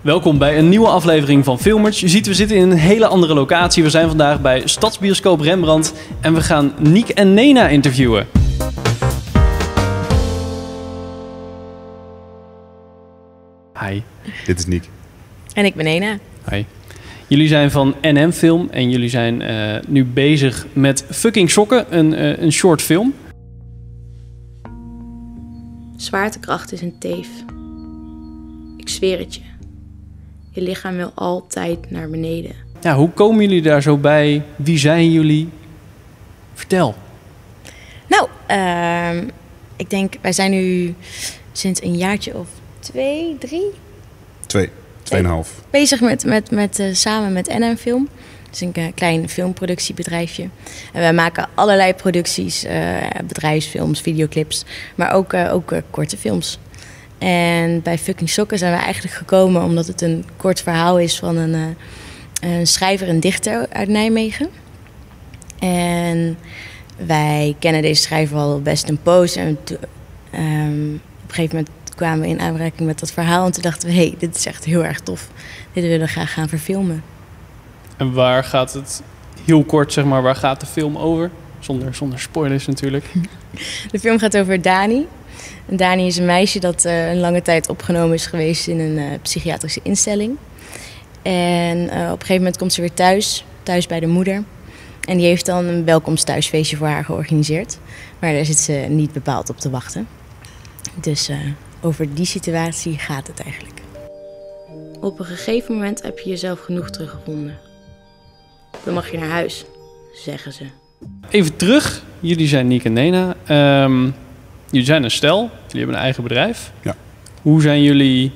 Welkom bij een nieuwe aflevering van Filmers. Je ziet, we zitten in een hele andere locatie. We zijn vandaag bij Stadsbioscoop Rembrandt en we gaan Niek en Nena interviewen. Hi. Dit is Niek. En ik ben Nena. Hi. Jullie zijn van NM Film en jullie zijn nu bezig met Fucking Sokken, een short film. Zwaartekracht is een teef. Ik zweer het je. Je lichaam wil altijd naar beneden. Ja, hoe komen jullie daar zo bij? Wie zijn jullie? Vertel. Nou, ik denk, wij zijn nu sinds een jaartje of 2, 3... 2,5. Bezig samen met NM Film. Het is een klein filmproductiebedrijfje. En wij maken allerlei producties, bedrijfsfilms, videoclips, maar ook korte films. En bij Fucking Sokken zijn we eigenlijk gekomen omdat het een kort verhaal is van een schrijver en dichter uit Nijmegen. En wij kennen deze schrijver al best een poos. En op een gegeven moment kwamen we in aanraking met dat verhaal. En toen dachten we, hey, dit is echt heel erg tof. Dit willen we graag gaan verfilmen. En waar gaat het, heel kort zeg maar, waar gaat de film over? Zonder spoilers natuurlijk. De film gaat over Dani. En Dani is een meisje dat een lange tijd opgenomen is geweest in een psychiatrische instelling. En op een gegeven moment komt ze weer thuis bij de moeder. En die heeft dan een welkomstthuisfeestje voor haar georganiseerd. Maar daar zit ze niet bepaald op te wachten. Dus over die situatie gaat het eigenlijk. Op een gegeven moment heb je jezelf genoeg teruggevonden. Dan mag je naar huis, zeggen ze. Even terug. Jullie zijn Niek en Nena. Jullie zijn een stel. Jullie hebben een eigen bedrijf. Ja. Hoe zijn jullie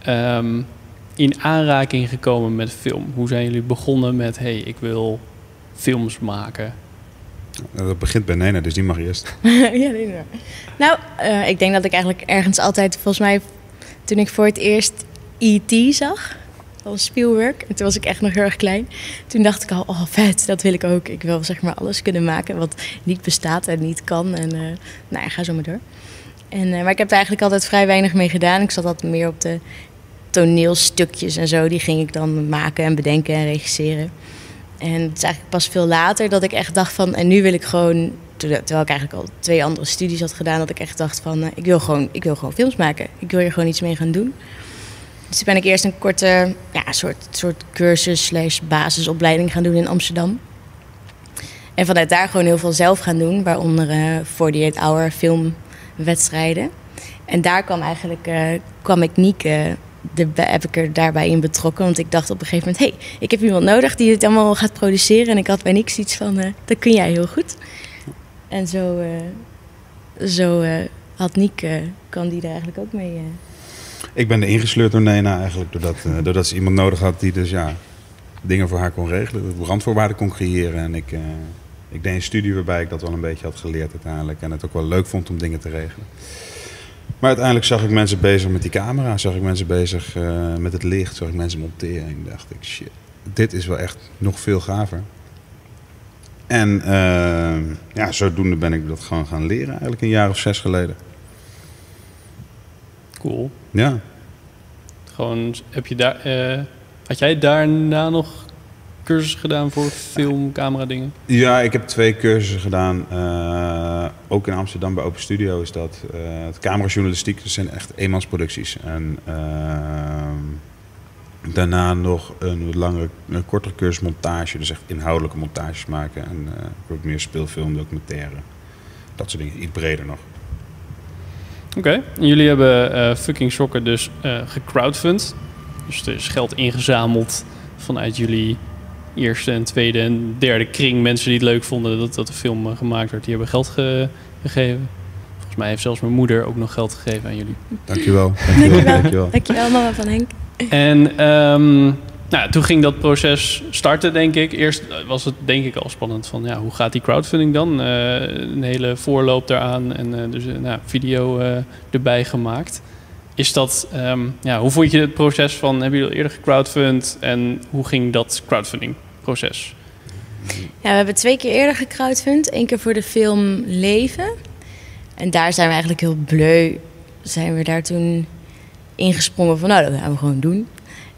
in aanraking gekomen met film? Hoe zijn jullie begonnen met, hey, ik wil films maken? Dat begint bij Nena, dus die mag eerst. Ja, nee. Nou, ik denk dat ik eigenlijk ergens altijd, volgens mij, toen ik voor het eerst E.T. zag, van Spielberg, en toen was ik echt nog heel erg klein. Toen dacht ik al, oh vet, dat wil ik ook. Ik wil zeg maar alles kunnen maken wat niet bestaat en niet kan. En nou ja, ga zo maar door. Maar ik heb er eigenlijk altijd vrij weinig mee gedaan. Ik zat altijd meer op de toneelstukjes en zo. Die ging ik dan maken en bedenken en regisseren. En het is eigenlijk pas veel later dat ik echt dacht van, en nu wil ik gewoon, terwijl ik eigenlijk al 2 andere studies had gedaan, dat ik echt dacht van, ik wil gewoon films maken. Ik wil hier gewoon iets mee gaan doen. Dus toen ben ik eerst een korte, soort cursus / basisopleiding gaan doen in Amsterdam. En vanuit daar gewoon heel veel zelf gaan doen, waaronder 48 Hour filmwedstrijden. En daar kwam ik Niek, heb ik er daarbij in betrokken. Want ik dacht op een gegeven moment, hey, ik heb iemand nodig die het allemaal gaat produceren. En ik had bij Niek iets van, dat kun jij heel goed. En zo had Niek, kan die er eigenlijk ook mee. Ik ben er ingesleurd door Nena eigenlijk, doordat ze iemand nodig had die dus dingen voor haar kon regelen. Randvoorwaarden kon creëren. En ik deed een studie waarbij ik dat wel een beetje had geleerd uiteindelijk. En het ook wel leuk vond om dingen te regelen. Maar uiteindelijk zag ik mensen bezig met die camera, zag ik mensen bezig met het licht, zag ik mensen monteren. En dacht ik, shit, dit is wel echt nog veel gaver. En zodoende ben ik dat gewoon gaan leren eigenlijk een jaar of 6 geleden. Cool. Ja. Gewoon, had jij daarna nog cursussen gedaan voor film, camera dingen? Ja, ik heb 2 cursussen gedaan. Ook in Amsterdam bij Open Studio is dat. Het camerajournalistiek, dat zijn echt eenmansproducties. En daarna nog een kortere cursus montage. Dus echt inhoudelijke montages maken. En ook meer speelfilm, documentaire. Dat soort dingen. Iets breder nog. Oké. En jullie hebben Fucking Sokken dus gecrowdfund. Dus er is geld ingezameld vanuit jullie eerste en tweede en derde kring mensen die het leuk vonden dat de film gemaakt werd. Die hebben geld gegeven. Volgens mij heeft zelfs mijn moeder ook nog geld gegeven aan jullie. Dankjewel. Dankjewel, mama van Henk. En toen ging dat proces starten, denk ik. Eerst was het denk ik al spannend van, hoe gaat die crowdfunding dan? Een hele voorloop daaraan en video erbij gemaakt. Is dat, hoe vond je het proces van, hebben jullie al eerder gecrowdfund en hoe ging dat crowdfunding proces? Ja, we hebben 2 keer eerder gecrowdfund. 1 keer voor de film Leven. En daar zijn we eigenlijk heel bleu. Zijn we daar toen ingesprongen van, dat gaan we gewoon doen.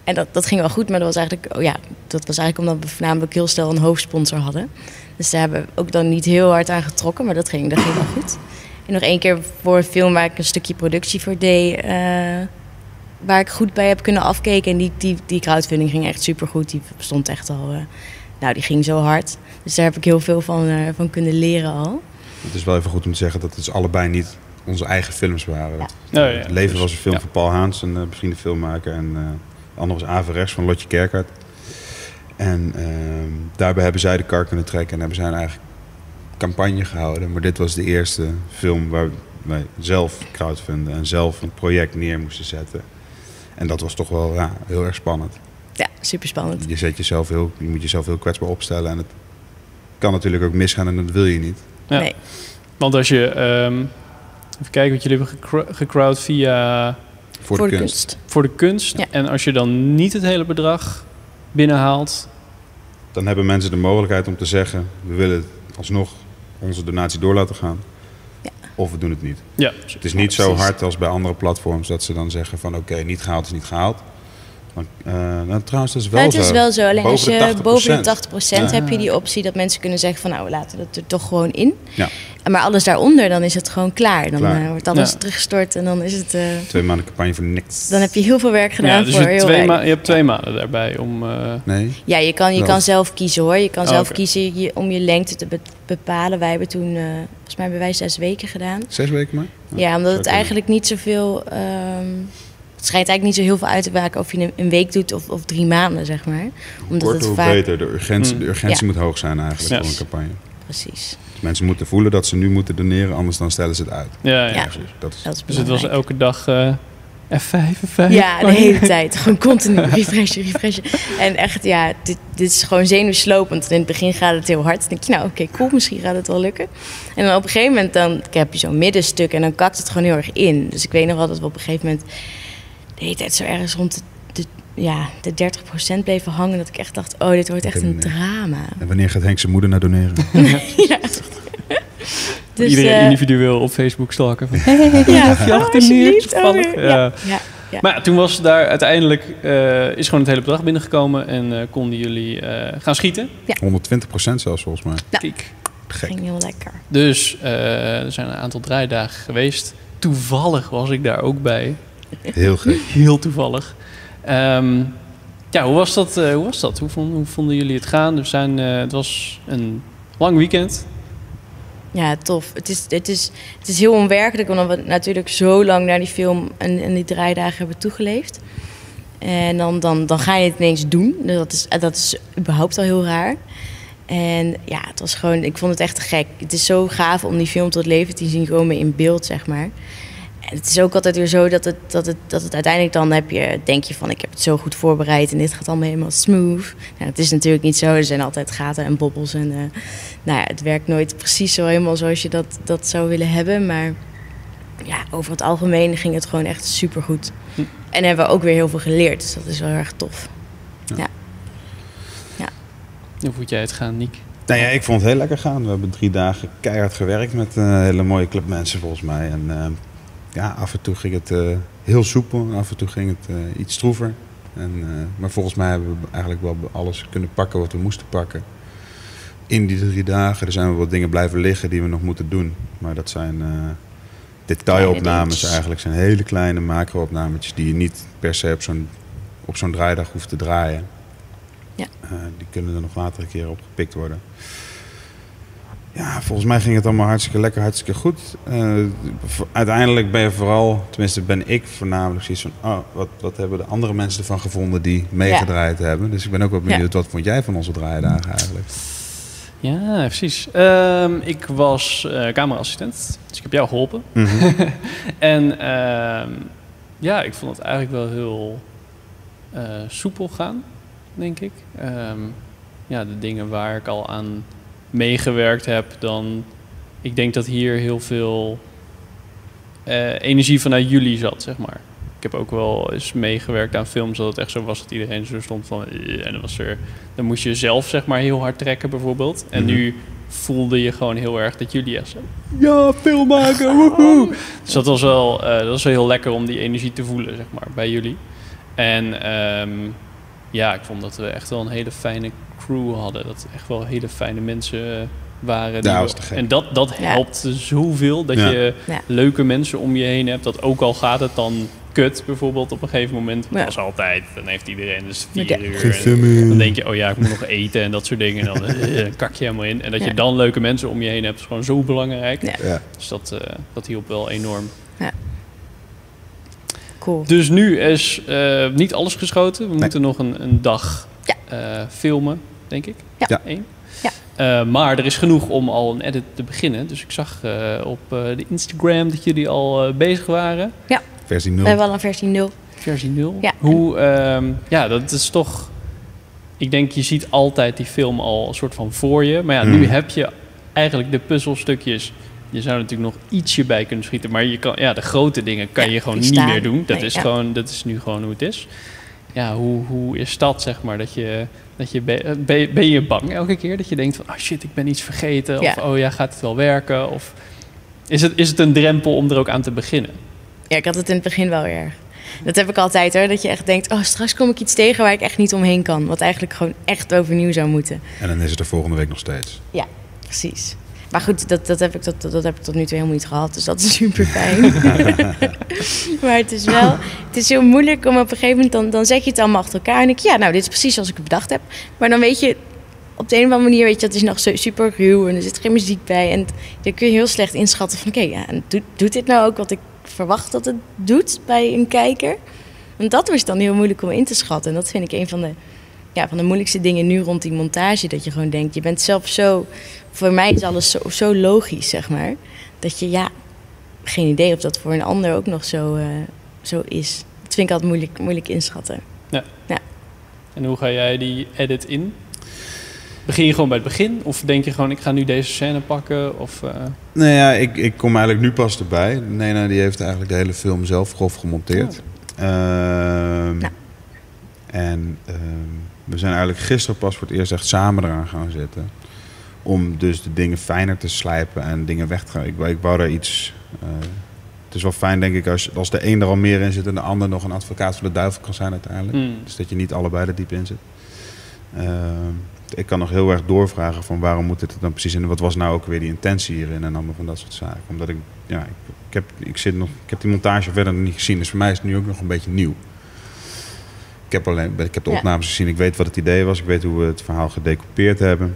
En dat ging wel goed, maar dat was eigenlijk omdat we voornamelijk heel snel een hoofdsponsor hadden. Dus daar hebben we ook dan niet heel hard aan getrokken, maar dat ging wel goed. En nog 1 keer voor een film waar ik een stukje productie voor deed, waar ik goed bij heb kunnen afkeken. En die crowdfunding ging echt supergoed. Die stond echt al, die ging zo hard. Dus daar heb ik heel veel van kunnen leren al. Het is wel even goed om te zeggen dat het dus allebei niet onze eigen films waren. Ja. Het Leven was een film van Paul Haans, een bevriende filmmaker. En de andere was Averechts van Lotje Kerkert. En daarbij hebben zij de kar kunnen trekken en hebben zij een eigen campagne gehouden. Maar dit was de eerste film waar wij zelf crowdfunden en zelf een project neer moesten zetten. En dat was toch wel heel erg spannend. Ja, super spannend. Je moet jezelf heel kwetsbaar opstellen. En het kan natuurlijk ook misgaan en dat wil je niet. Ja. Nee. Want als je... even kijken, wat jullie hebben gecrowd via... Voor de kunst. Voor de kunst. Ja. En als je dan niet het hele bedrag binnenhaalt... Dan hebben mensen de mogelijkheid om te zeggen... we willen alsnog onze donatie door laten gaan. Ja. Of we doen het niet. Ja. Het is niet zo hard als bij andere platforms... dat ze dan zeggen van oké, niet gehaald is niet gehaald. Trouwens, dat is wel het zo. is wel zo. Alleen als je boven de 80% Ja. heb je die optie dat mensen kunnen zeggen van... we laten dat er toch gewoon in. Ja. Maar alles daaronder, dan is het gewoon klaar. Dan wordt alles Ja. teruggestort en dan is het... 2 maanden campagne voor niks. Dan heb je heel veel werk gedaan dus voor heel weinig. je hebt 2 maanden daarbij om... Nee? Ja, je kan zelf kiezen hoor. Je kan zelf oké. kiezen om je lengte te bepalen. Wij hebben toen, volgens mij hebben wij 6 weken gedaan. 6 weken maar? Ja, omdat het zou eigenlijk niet zoveel... het schijnt eigenlijk niet zo heel veel uit te maken of je een week doet of 3 maanden, zeg maar. Omdat Korter, het hoe vaak... beter. De urgentie moet hoog zijn eigenlijk Ja. voor een campagne. Precies. Dus mensen moeten voelen dat ze nu moeten doneren, anders dan stellen ze het uit. Ja. Ja. Precies. Dat is, Dat is Dus het was belangrijk. elke dag F5. Ja, de hele tijd. Gewoon continu refreshen. En echt, dit is gewoon zenuwslopend. In het begin gaat het heel hard. Dan denk je, oké, cool, misschien gaat het wel lukken. En dan op een gegeven moment dan heb je zo'n middenstuk en dan kakt het gewoon heel erg in. Dus ik weet nog wel dat we op een gegeven moment de hele tijd zo ergens rond de 30% bleven hangen. Dat ik echt dacht, dit wordt echt een drama. En wanneer gaat Henk zijn moeder naar doneren? Ja. Dus, Iedereen individueel op Facebook stalken. Van, ja, je achter neer, alsjeblieft. toevallig. Ja. Maar ja, toen was daar uiteindelijk... is gewoon het hele bedrag binnengekomen... en konden jullie gaan schieten. 120% zelfs volgens mij. Ja. Kijk. Gek. Ging heel lekker. Dus er zijn een aantal draaidagen geweest. Toevallig was ik daar ook bij. Heel gek. Heel toevallig. Hoe was dat? Hoe vonden jullie het gaan? Het was een lang weekend. Ja, tof. Het is heel onwerkelijk, omdat we natuurlijk zo lang naar die film en die draaidagen hebben toegeleefd. En dan ga je het ineens doen. Dus dat is überhaupt al heel raar. En ja, het was gewoon, ik vond het echt te gek. Het is zo gaaf om die film tot leven te zien komen in beeld, zeg maar. En het is ook altijd weer zo dat het uiteindelijk dan denk je van ik heb het zo goed voorbereid en dit gaat allemaal helemaal smooth. Nou, het is natuurlijk niet zo. Er zijn altijd gaten en bobbels en het werkt nooit precies zo helemaal zoals je dat zou willen hebben. Maar ja, over het algemeen ging het gewoon echt supergoed. En hebben we ook weer heel veel geleerd, dus dat is wel erg tof. Ja. Hoe vond jij het gaan, Niek? Nou ja, ik vond het heel lekker gaan. We hebben 3 dagen keihard gewerkt met een hele mooie club mensen volgens mij. En af en toe ging het heel soepel en af en toe ging het iets stroever. Maar volgens mij hebben we eigenlijk wel alles kunnen pakken wat we moesten pakken. In die 3 dagen er zijn wel wat dingen blijven liggen die we nog moeten doen. Maar dat zijn detailopnames eigenlijk. Zijn hele kleine macro-opnametjes die je niet per se op zo'n draaidag hoeft te draaien. Ja. Die kunnen er nog later een keer op gepikt worden. Ja, volgens mij ging het allemaal hartstikke lekker, hartstikke goed. Uiteindelijk ben je vooral, tenminste ben ik voornamelijk zoiets van... wat hebben de andere mensen ervan gevonden die meegedraaid hebben? Dus ik ben ook wel benieuwd, wat vond jij van onze draaidagen eigenlijk? Ja, precies. Ik was cameraassistent, dus ik heb jou geholpen. Mm-hmm. En ik vond het eigenlijk wel heel soepel gaan, denk ik. De dingen waar ik al aan meegewerkt heb, dan... Ik denk dat hier heel veel energie vanuit jullie zat, zeg maar. Ik heb ook wel eens meegewerkt aan films dat het echt zo was dat iedereen zo stond van... En dan moest je zelf, zeg maar, heel hard trekken, bijvoorbeeld. En nu voelde je gewoon heel erg dat jullie echt zo... Ja, film maken, woehoe! Dus dat was wel heel lekker om die energie te voelen, zeg maar, bij jullie. En ik vond dat we echt wel een hele fijne crew hadden. Dat echt wel hele fijne mensen waren. En dat helpt zoveel. Dat je leuke mensen om je heen hebt. Dat ook al gaat het dan kut bijvoorbeeld op een gegeven moment. Dat was altijd. Dan heeft iedereen dus 4 uur. En dan denk je, ik moet nog eten en dat soort dingen. En dan kak je helemaal in. En dat je dan leuke mensen om je heen hebt is gewoon zo belangrijk. Ja. Dus dat hielp wel enorm. Ja. Cool. Dus nu is niet alles geschoten. We moeten nog een dag filmen, denk ik. Ja. 1. Ja. Maar er is genoeg om al een edit te beginnen. Dus ik zag op de Instagram dat jullie al bezig waren. Ja. Versie 0. We hebben al een versie 0. Versie 0? Ja. Hoe, dat is toch... Ik denk, je ziet altijd die film al een soort van voor je. Maar nu heb je eigenlijk de puzzelstukjes. Je zou natuurlijk nog ietsje bij kunnen schieten. Maar je kan, de grote dingen kan je gewoon niet meer doen. Dat is nu gewoon hoe het is. Ja, hoe is dat, zeg maar? Ben je bang elke keer? Dat je denkt van, shit, ik ben iets vergeten. Ja. Of, gaat het wel werken? Of is het een drempel om er ook aan te beginnen? Ja, ik had het in het begin wel erg. Dat heb ik altijd hoor. Dat je echt denkt, straks kom ik iets tegen waar ik echt niet omheen kan. Wat eigenlijk gewoon echt overnieuw zou moeten. En dan is het er volgende week nog steeds. Ja, precies. Maar goed, dat heb ik tot nu toe helemaal niet gehad. Dus dat is super fijn. Maar het is heel moeilijk om op een gegeven moment... Dan zeg je het allemaal achter elkaar. En denk ik, dit is precies zoals ik het bedacht heb. Maar dan weet je, op de een of andere manier... weet je, dat is nog super ruw en er zit geen muziek bij. En dan kun je heel slecht inschatten van... en doet dit nou ook wat ik verwacht dat het doet bij een kijker? En dat was dan heel moeilijk om in te schatten. En dat vind ik een van de moeilijkste dingen nu rond die montage. Dat je gewoon denkt, je bent zelf zo... Voor mij is alles zo logisch, zeg maar. Dat je, geen idee of dat voor een ander ook nog zo is. Dat vind ik altijd moeilijk inschatten. Ja. En hoe ga jij die edit in? Begin je gewoon bij het begin? Of denk je gewoon, ik ga nu deze scène pakken? Of, ik kom eigenlijk nu pas erbij. Nena die heeft eigenlijk de hele film zelf grof gemonteerd. En we zijn eigenlijk gisteren pas voor het eerst echt samen eraan gaan zitten. Om dus de dingen fijner te slijpen en dingen weg te gaan. Ik wou daar iets... het is wel fijn, denk ik, als de een er al meer in zit... en de ander nog een advocaat van de duivel kan zijn uiteindelijk. Dus dat je niet allebei er diep in zit. Ik kan nog heel erg doorvragen van waarom moet dit er dan precies in... wat was nou ook weer die intentie hierin en allemaal van dat soort zaken. Omdat ik heb die montage verder nog niet gezien. Dus voor mij is het nu ook nog een beetje nieuw. Ik heb de opnames gezien. Ik weet wat het idee was. Ik weet hoe we het verhaal gedecoupeerd hebben.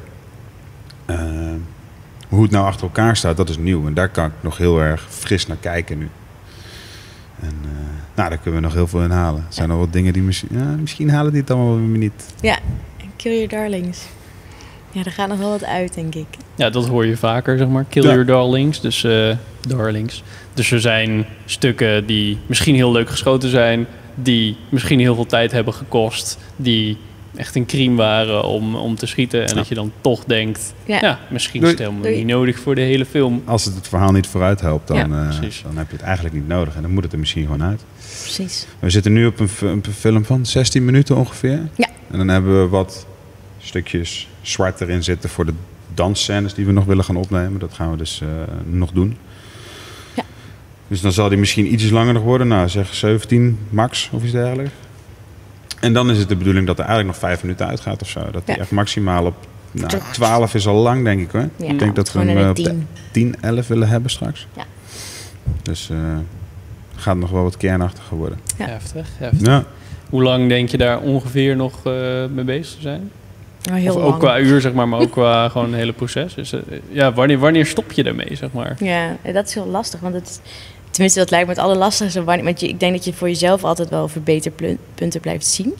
Hoe het nou achter elkaar staat, dat is nieuw. En daar kan ik nog heel erg fris naar kijken nu. En daar kunnen we nog heel veel in halen. Er zijn nog wat dingen die misschien halen die het allemaal weer niet. Ja, Kill Your Darlings. Ja, daar gaat nog wel wat uit, denk ik. Ja, dat hoor je vaker, zeg maar. Kill Your Darlings. Dus darlings. Dus er zijn stukken die misschien heel leuk geschoten zijn... die misschien heel veel tijd hebben gekost... die echt een crime waren om te schieten. En dat je dan toch denkt... misschien is het helemaal niet nodig voor de hele film. Als het verhaal niet vooruit helpt, dan heb je het eigenlijk niet nodig. En dan moet het er misschien gewoon uit. Precies. We zitten nu op een film van 16 minuten ongeveer. Ja. En dan hebben we wat stukjes zwart erin zitten... voor de dansscènes die we nog willen gaan opnemen. Dat gaan we dus nog doen. Ja. Dus dan zal die misschien ietsjes langer nog worden. Zeg 17 max of iets dergelijks. En dan is het de bedoeling dat er eigenlijk nog 5 minuten uitgaat of zo. Dat die echt maximaal op 12 is al lang, denk ik hoor. Ja, ik denk dat we hem op de 10, 11 willen hebben straks. Ja. Dus gaat nog wel wat kernachtiger worden. Ja. Heftig. Ja. Hoe lang denk je daar ongeveer nog mee bezig te zijn? Heel lang. Ook qua uur, zeg maar ook qua gewoon het hele proces. Dus, wanneer stop je daarmee, zeg maar? Ja, dat is heel lastig, want tenminste, dat lijkt me het allerlastigste. Want ik denk dat je voor jezelf altijd wel verbeterpunten blijft zien.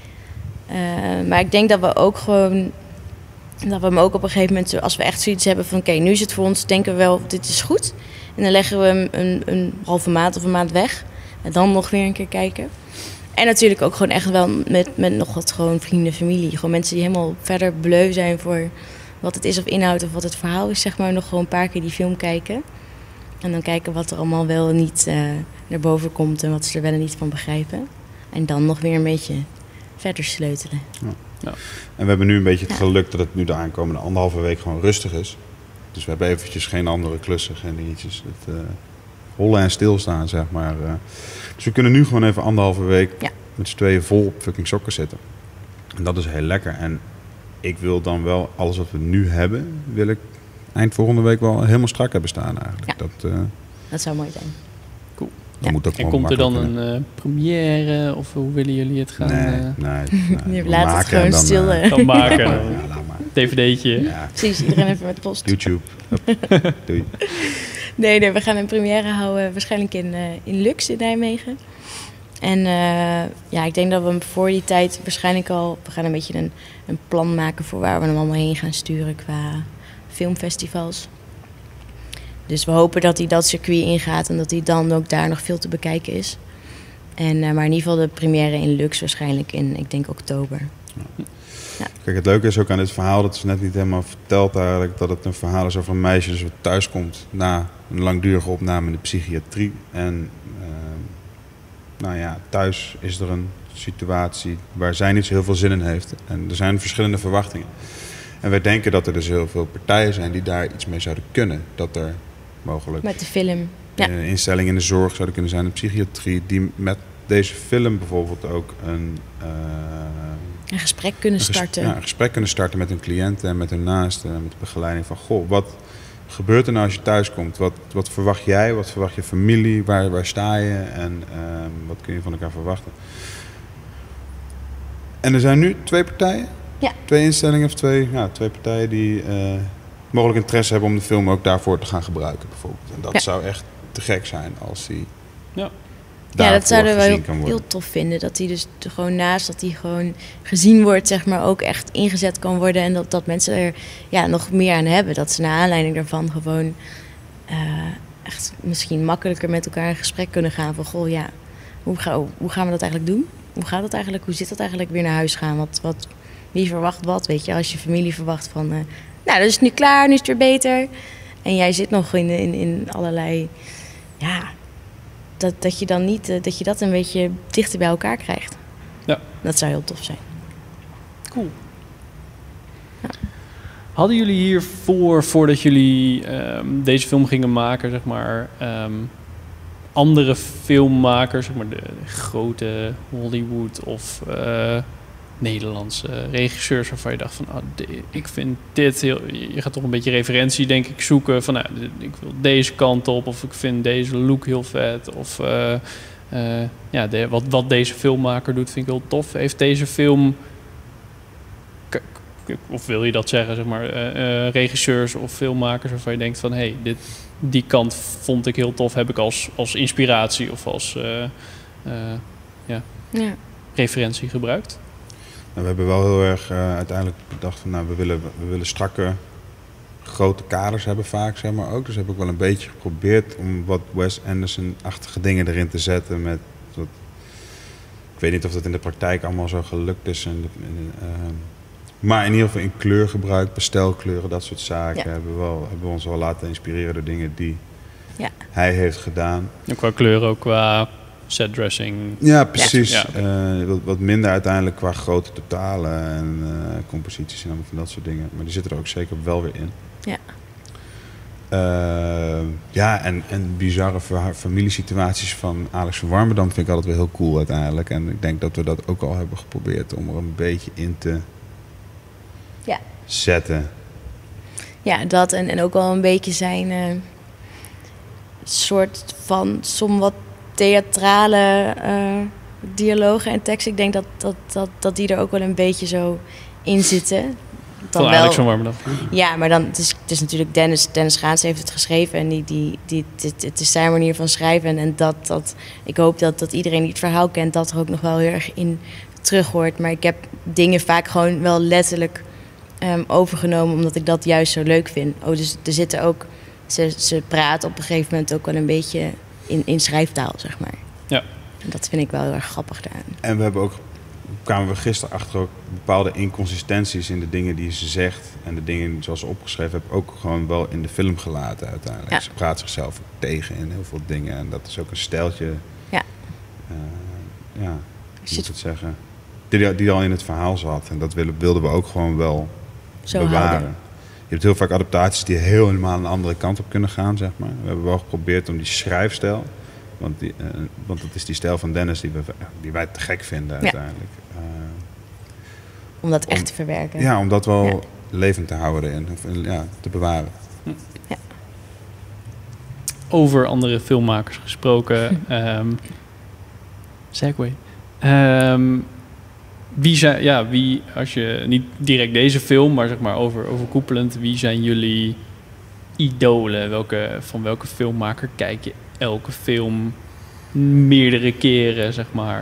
Maar ik denk dat we ook gewoon... dat we hem ook op een gegeven moment... als we echt zoiets hebben van... oké, nu is het voor ons, denken we wel, dit is goed. En dan leggen we hem een halve maand of een maand weg. En dan nog weer een keer kijken. En natuurlijk ook gewoon echt wel met nog wat gewoon vrienden, familie. Gewoon mensen die helemaal verder bleu zijn voor wat het is of inhoud... of wat het verhaal is, zeg maar. Nog gewoon een paar keer die film kijken... En dan kijken wat er allemaal wel en niet naar boven komt en wat ze er wel en niet van begrijpen. En dan nog weer een beetje verder sleutelen. Ja. En we hebben nu een beetje het geluk dat het nu de aankomende 1,5 week gewoon rustig is. Dus we hebben eventjes geen andere klussen, geen dingetjes. Het hollen en stilstaan, zeg maar. Dus we kunnen nu gewoon even 1,5 week met z'n tweeën vol op fucking sokken zitten. En dat is heel lekker. En ik wil dan wel alles wat we nu hebben, wil ik eind volgende week wel helemaal strak hebben staan eigenlijk. Ja. Dat zou mooi zijn. Cool. Dat moet ook En komt er dan een première of hoe willen jullie het gaan? Nee. Je laat het gewoon stil. Dan maken. Ja, laat maar. DVD'tje. Ja. Precies, iedereen even met de post. YouTube. Doei. Nee, we gaan een première houden waarschijnlijk in Lux in Nijmegen. En ik denk dat we hem voor die tijd waarschijnlijk al... We gaan een beetje een plan maken voor waar we hem allemaal heen gaan sturen qua filmfestivals. Dus we hopen dat hij dat circuit ingaat en dat hij dan ook daar nog veel te bekijken is. Maar in ieder geval de première in Lux waarschijnlijk in, ik denk, oktober. Ja. Kijk, het leuke is ook aan dit verhaal, dat is net niet helemaal verteld eigenlijk, dat het een verhaal is over een meisje dus wat thuis komt na een langdurige opname in de psychiatrie. En thuis is er een situatie waar zij niet zo heel veel zin in heeft. En er zijn verschillende verwachtingen. En wij denken dat er dus heel veel partijen zijn die daar iets mee zouden kunnen. Dat er mogelijk met de film. Instellingen in de zorg zouden kunnen zijn, in de psychiatrie, die met deze film bijvoorbeeld ook een gesprek kunnen starten. Een gesprek kunnen starten met hun cliënten en met hun naasten, met de begeleiding van, goh, wat gebeurt er nou als je thuis komt? Wat verwacht jij? Wat verwacht je familie? Waar sta je? En wat kun je van elkaar verwachten? En er zijn nu 2 partijen? Ja. 2 instellingen of 2 partijen die mogelijk interesse hebben om de film ook daarvoor te gaan gebruiken bijvoorbeeld. En dat zou echt te gek zijn als die dat zouden we heel tof vinden. Dat hij dus gewoon naast dat hij gewoon gezien wordt, zeg maar, ook echt ingezet kan worden. En dat mensen er nog meer aan hebben. Dat ze naar aanleiding daarvan gewoon echt misschien makkelijker met elkaar in gesprek kunnen gaan. Van goh, hoe gaan we dat eigenlijk doen? Hoe gaat dat eigenlijk? Hoe zit dat eigenlijk weer naar huis gaan? Wie verwacht wat? Weet je, als je familie verwacht van dat is het nu klaar, nu is het weer beter. En jij zit nog in allerlei dat je dan niet dat je dat een beetje dichter bij elkaar krijgt. Ja. Dat zou heel tof zijn. Cool. Ja. Hadden jullie hiervoor, voordat jullie deze film gingen maken, zeg maar, andere filmmakers, zeg maar de grote Hollywood of Nederlandse regisseurs waarvan je dacht van, ik vind dit heel... Je gaat toch een beetje referentie, denk ik, zoeken van, ik wil deze kant op of ik vind deze look heel vet of wat deze filmmaker doet vind ik heel tof. Heeft deze film, of wil je dat zeggen, zeg maar, regisseurs of filmmakers waarvan je denkt van, die kant vond ik heel tof, heb ik als inspiratie of als referentie gebruikt? We hebben wel heel erg uiteindelijk bedacht van, we willen strakke, grote kaders hebben vaak, zeg maar ook. Dus heb ik wel een beetje geprobeerd om wat Wes Anderson-achtige dingen erin te zetten. Ik weet niet of dat in de praktijk allemaal zo gelukt is. Maar in ieder geval in kleurgebruik, pastelkleuren, dat soort zaken hebben we ons wel laten inspireren door dingen die hij heeft gedaan. En qua kleuren ook qua setdressing. Ja, precies. Ja. Wat minder uiteindelijk qua grote totalen en composities en allemaal van dat soort dingen. Maar die zitten er ook zeker wel weer in. Ja. En bizarre familiesituaties van Alex van Warmerdam vind ik altijd wel heel cool uiteindelijk. En ik denk dat we dat ook al hebben geprobeerd om er een beetje in te zetten. Ja, dat en ook wel een beetje zijn soort van somewhat theatrale dialogen en teksten. Ik denk dat die er ook wel een beetje zo in zitten. Dan van Alex van Warmerdam. Ja, maar dan het is natuurlijk Dennis Gaans heeft het geschreven en het is zijn manier van schrijven en dat ik hoop dat iedereen die het verhaal kent dat er ook nog wel heel erg in terug hoort. Maar ik heb dingen vaak gewoon wel letterlijk overgenomen omdat ik dat juist zo leuk vind. Dus er zitten ook ze praten op een gegeven moment ook wel een beetje in schrijftaal, zeg maar. Ja. En dat vind ik wel heel erg grappig daaraan. En kwamen we gisteren achter ook bepaalde inconsistenties in de dingen die ze zegt. En de dingen zoals ze opgeschreven heeft ook gewoon wel in de film gelaten uiteindelijk. Ja. Ze praat zichzelf tegen in heel veel dingen. En dat is ook een stijltje. Ja. Hoe moet ik het zeggen? Die al in het verhaal zat. En dat wilden we ook gewoon wel zo bewaren. Houden. Je hebt heel vaak adaptaties die helemaal een andere kant op kunnen gaan, zeg maar. We hebben wel geprobeerd om die schrijfstijl Want dat is die stijl van Dennis die wij te gek vinden uiteindelijk. Om dat echt te verwerken. Ja, om dat wel levend te houden en te bewaren. Ja. Over andere filmmakers gesproken. Segway. Wie, als je niet direct deze film, maar zeg maar overkoepelend, wie zijn jullie idolen? Van welke filmmaker kijk je elke film meerdere keren, zeg maar?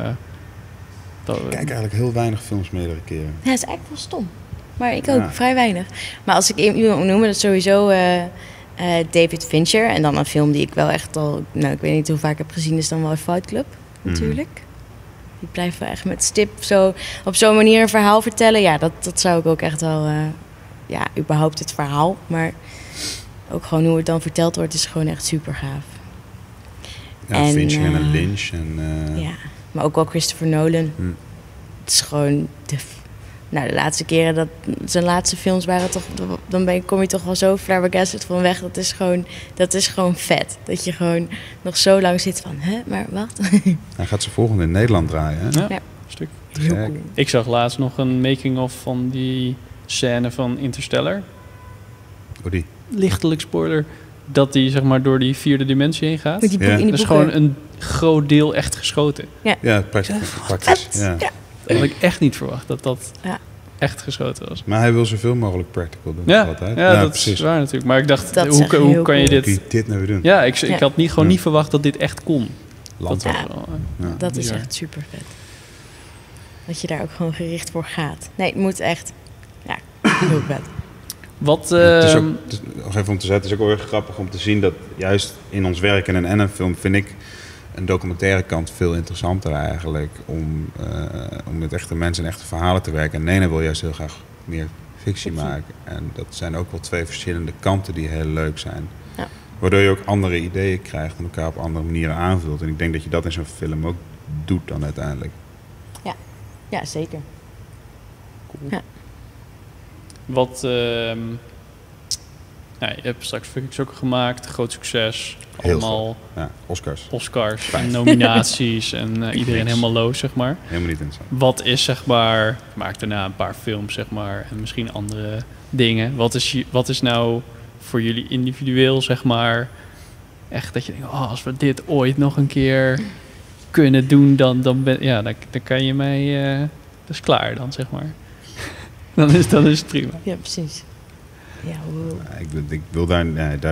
Ik kijk eigenlijk heel weinig films meerdere keren. Ja, dat is eigenlijk wel stom. Maar ik ook, vrij weinig. Maar als ik iemand moet noemen, dat is sowieso David Fincher. En dan een film die ik wel echt al, ik weet niet hoe vaak heb gezien, is dan wel Fight Club, natuurlijk. Die blijft wel echt met stip op zo'n manier een verhaal vertellen. Ja, dat zou ik ook echt wel, überhaupt het verhaal. Maar ook gewoon hoe het dan verteld wordt, is gewoon echt super gaaf. Ja, Fincher en Lynch. Ja, maar ook wel Christopher Nolan. Het is gewoon de laatste keren dat zijn laatste films waren toch, kom je toch wel zo flabbergasted van weg. Dat is gewoon vet. Dat je gewoon nog zo lang zit van, maar wacht. Hij gaat ze volgende in Nederland draaien, hè? Ja, stuk. Heel cool. Ik zag laatst nog een making-of van die scène van Interstellar. Die? Lichtelijk spoiler. Dat die zeg maar door die 4e dimensie heen gaat. In die dat is gewoon een groot deel echt geschoten. Ja, praktisch. Ja. Dat had ik echt niet verwacht dat echt geschoten was. Maar hij wil zoveel mogelijk practical doen. Ja, altijd. ja, dat precies. Is waar natuurlijk. Maar ik dacht, hoe kan je dit nou weer doen? Ja, ik had niet verwacht dat dit echt kon. Dat is echt super vet. Dat je daar ook gewoon gericht voor gaat. Nee, het moet echt heel vet. Wat, nog even om te zeggen, het is ook wel weer grappig om te zien dat juist in ons werk in een NN-film vind ik een documentaire kant veel interessanter eigenlijk om met echte mensen en echte verhalen te werken. En Nena wil juist heel graag meer fictie maken. En dat zijn ook wel 2 verschillende kanten die heel leuk zijn. Ja. Waardoor je ook andere ideeën krijgt en elkaar op andere manieren aanvult. En ik denk dat je dat in zo'n film ook doet dan uiteindelijk. Ja, zeker. Cool. Ja. Wat... je hebt straks Fucking Soccer gemaakt, groot succes. Allemaal Oscars en nominaties en iedereen helemaal los, zeg maar. Helemaal niet interessant. Wat is, zeg maar, maak daarna een paar films, zeg maar, en misschien andere dingen. Wat is nou voor jullie individueel, zeg maar, echt dat je denkt, als we dit ooit nog een keer kunnen doen, dan kan je mij, dat is klaar dan, zeg maar. dan is het prima. Ja, precies. Ja, wow. Ik wil daar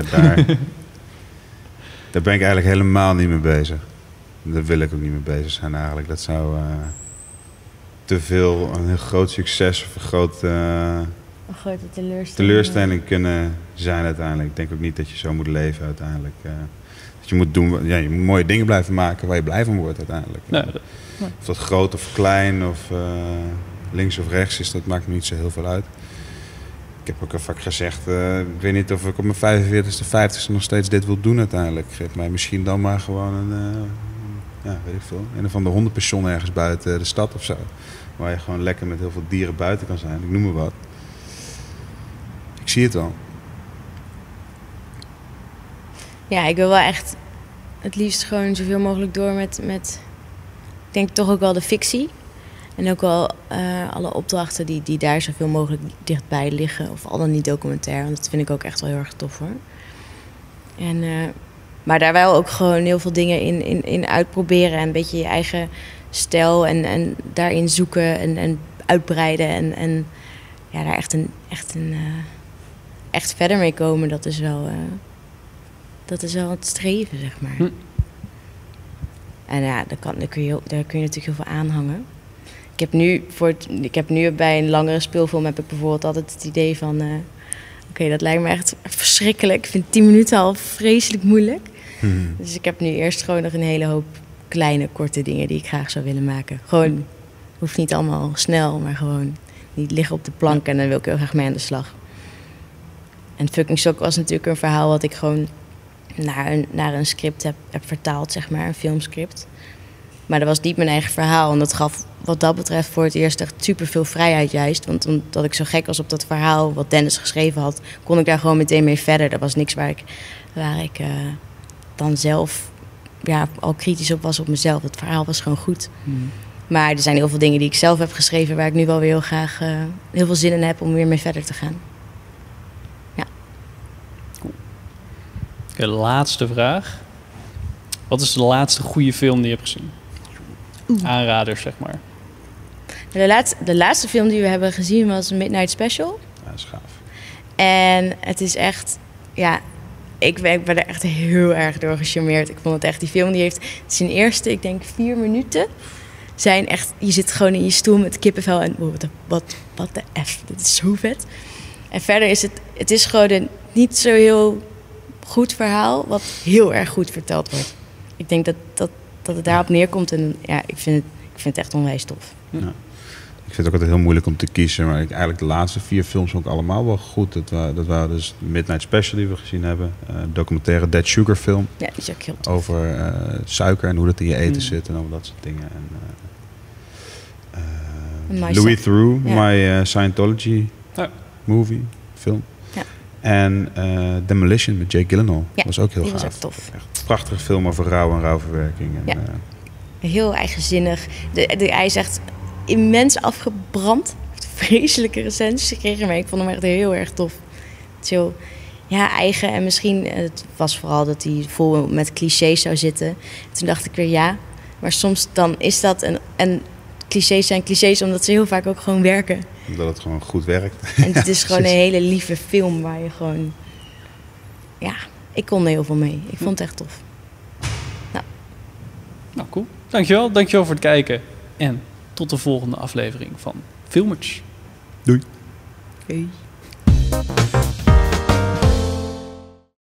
ben ik eigenlijk helemaal niet mee bezig. Daar wil ik ook niet mee bezig zijn eigenlijk. Dat zou te veel een heel groot succes of een grote teleurstelling kunnen zijn uiteindelijk. Ik denk ook niet dat je zo moet leven uiteindelijk. Dat je moet doen, je moet mooie dingen blijven maken waar je blij van wordt uiteindelijk. Nee, of dat groot of klein of links of rechts is, dat maakt me niet zo heel veel uit. Ik heb ook al vaak gezegd, ik weet niet of ik op mijn 45ste, 50ste nog steeds dit wil doen uiteindelijk. Geef mij misschien dan maar gewoon een of ander hondenpension ergens buiten de stad of zo. Waar je gewoon lekker met heel veel dieren buiten kan zijn. Ik noem maar wat. Ik zie het wel. Ja, ik wil wel echt het liefst gewoon zoveel mogelijk door met ik denk toch ook wel de fictie. En ook wel alle opdrachten die daar zoveel mogelijk dichtbij liggen. Of al dan niet documentair. Want dat vind ik ook echt wel heel erg tof hoor. Maar daar wel ook gewoon heel veel dingen in uitproberen. En een beetje je eigen stijl en daarin zoeken en uitbreiden. En daar echt verder mee komen. Dat is wel het streven, zeg maar. En ja, daar kun je natuurlijk heel veel aan hangen. Ik heb nu bij een langere speelfilm heb ik bijvoorbeeld altijd het idee van... Oké, dat lijkt me echt verschrikkelijk. Ik vind 10 minuten al vreselijk moeilijk. Dus ik heb nu eerst gewoon nog een hele hoop kleine, korte dingen die ik graag zou willen maken. Gewoon, hoeft niet allemaal snel, maar gewoon niet liggen op de plank en dan wil ik heel graag mee aan de slag. En Fucking Soccer was natuurlijk een verhaal wat ik gewoon naar een script heb vertaald, zeg maar, een filmscript. Maar dat was niet mijn eigen verhaal. En dat gaf wat dat betreft voor het eerst echt super veel vrijheid juist. Want omdat ik zo gek was op dat verhaal wat Dennis geschreven had, kon ik daar gewoon meteen mee verder. Dat was niks waar ik dan zelf al kritisch op was op mezelf. Het verhaal was gewoon goed. Maar er zijn heel veel dingen die ik zelf heb geschreven... waar ik nu wel weer heel graag heel veel zin in heb om weer mee verder te gaan. Ja. Cool. Oké, laatste vraag. Wat is de laatste goede film die je hebt gezien? Aanraders, zeg maar. De laatste film die we hebben gezien was Midnight Special. Ja, dat is gaaf. En het is echt... Ja, ik ben er echt heel erg door gecharmeerd. Ik vond het echt... Die film die heeft zijn eerste, ik denk 4 minuten... zijn echt... Je zit gewoon in je stoel met kippenvel en... Wat de F, dit is zo vet. En verder is het is gewoon een niet zo heel goed verhaal... wat heel erg goed verteld wordt. Ik denk dat het daarop neerkomt. En ja, ik vind het echt onwijs tof. Ja. Ik vind het ook altijd heel moeilijk om te kiezen. Maar eigenlijk de laatste 4 films vond ik allemaal wel goed. Dat waren dus Midnight Special die we gezien hebben. Documentaire Dead Sugar film. Ja, die is ook heel tof. Over suiker en hoe dat in je eten zit en al dat soort dingen. En Louis Theroux, My Scientology movie, film. Ja. En Demolition met Jake Gyllenhaal. Ja, was ook heel gaaf. Was ook tof. Echt een prachtige film over rouw en rouwverwerking. En, heel eigenzinnig. Hij is echt immens afgebrand. Vreselijke recensies gekregen, maar ik vond hem echt heel erg tof. Zo, eigen en misschien... Het was vooral dat hij vol met clichés zou zitten. Toen dacht ik weer maar soms dan is dat... En clichés zijn clichés omdat ze heel vaak ook gewoon werken. Omdat het gewoon goed werkt. En het is gewoon een hele lieve film waar je gewoon... Ja, ik kon er heel veel mee. Ik vond het echt tof. Nou, cool. Dankjewel voor het kijken. En tot de volgende aflevering van Filmers. Doei. Doei.